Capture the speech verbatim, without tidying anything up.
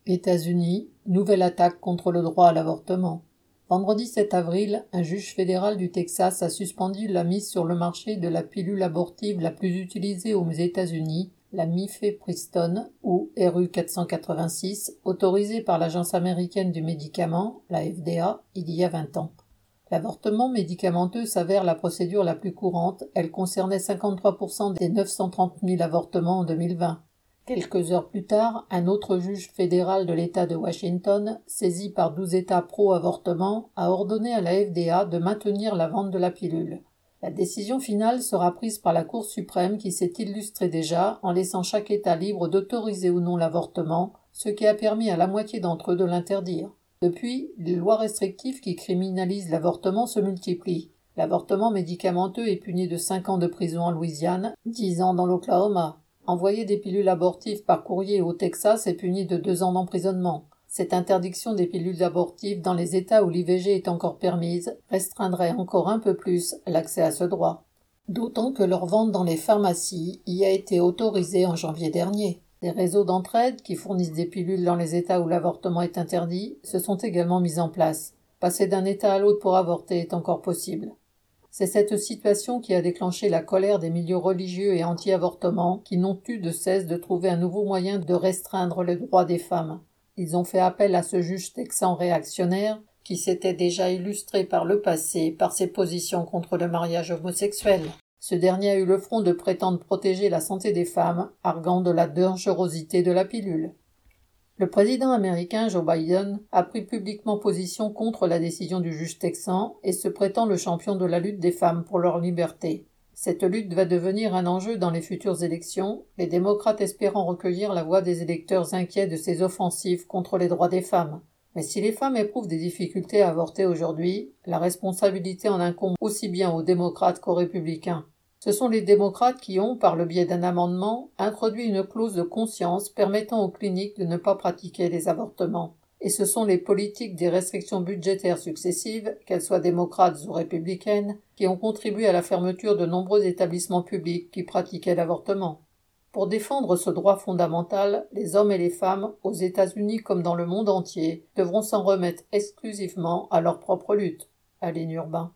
États-Unis, nouvelle attaque contre le droit à l'avortement. Vendredi sept avril, un juge fédéral du Texas a suspendu la mise sur le marché de la pilule abortive la plus utilisée aux États-Unis, la mifepristone ou R U quatre cent quatre-vingt-six, autorisée par l'Agence américaine du médicament, la F D A, il y a vingt ans. L'avortement médicamenteux s'avère la procédure la plus courante, elle concernait cinquante-trois pour cent des neuf cent trente mille avortements en deux mille vingt. Quelques heures plus tard, un autre juge fédéral de l'État de Washington, saisi par douze États pro-avortement, a ordonné à la F D A de maintenir la vente de la pilule. La décision finale sera prise par la Cour suprême qui s'est illustrée déjà en laissant chaque État libre d'autoriser ou non l'avortement, ce qui a permis à la moitié d'entre eux de l'interdire. Depuis, les lois restrictives qui criminalisent l'avortement se multiplient. L'avortement médicamenteux est puni de cinq ans de prison en Louisiane, dix ans dans l'Oklahoma. Envoyer des pilules abortives par courrier au Texas est puni de deux ans d'emprisonnement. Cette interdiction des pilules abortives dans les États où l'I V G est encore permise restreindrait encore un peu plus l'accès à ce droit. D'autant que leur vente dans les pharmacies y a été autorisée en janvier dernier. Des réseaux d'entraide qui fournissent des pilules dans les États où l'avortement est interdit se sont également mis en place. Passer d'un État à l'autre pour avorter est encore possible. C'est cette situation qui a déclenché la colère des milieux religieux et anti-avortement qui n'ont eu de cesse de trouver un nouveau moyen de restreindre le droit des femmes. Ils ont fait appel à ce juge texan réactionnaire qui s'était déjà illustré par le passé par ses positions contre le mariage homosexuel. Ce dernier a eu le front de prétendre protéger la santé des femmes, arguant de la dangerosité de la pilule. Le président américain Joe Biden a pris publiquement position contre la décision du juge texan et se prétend le champion de la lutte des femmes pour leur liberté. Cette lutte va devenir un enjeu dans les futures élections, les démocrates espérant recueillir la voix des électeurs inquiets de ces offensives contre les droits des femmes. Mais si les femmes éprouvent des difficultés à avorter aujourd'hui, la responsabilité en incombe aussi bien aux démocrates qu'aux républicains. Ce sont les démocrates qui ont, par le biais d'un amendement, introduit une clause de conscience permettant aux cliniques de ne pas pratiquer les avortements. Et ce sont les politiques des restrictions budgétaires successives, qu'elles soient démocrates ou républicaines, qui ont contribué à la fermeture de nombreux établissements publics qui pratiquaient l'avortement. Pour défendre ce droit fondamental, les hommes et les femmes, aux États-Unis comme dans le monde entier, devront s'en remettre exclusivement à leur propre lutte. Aline Urbain.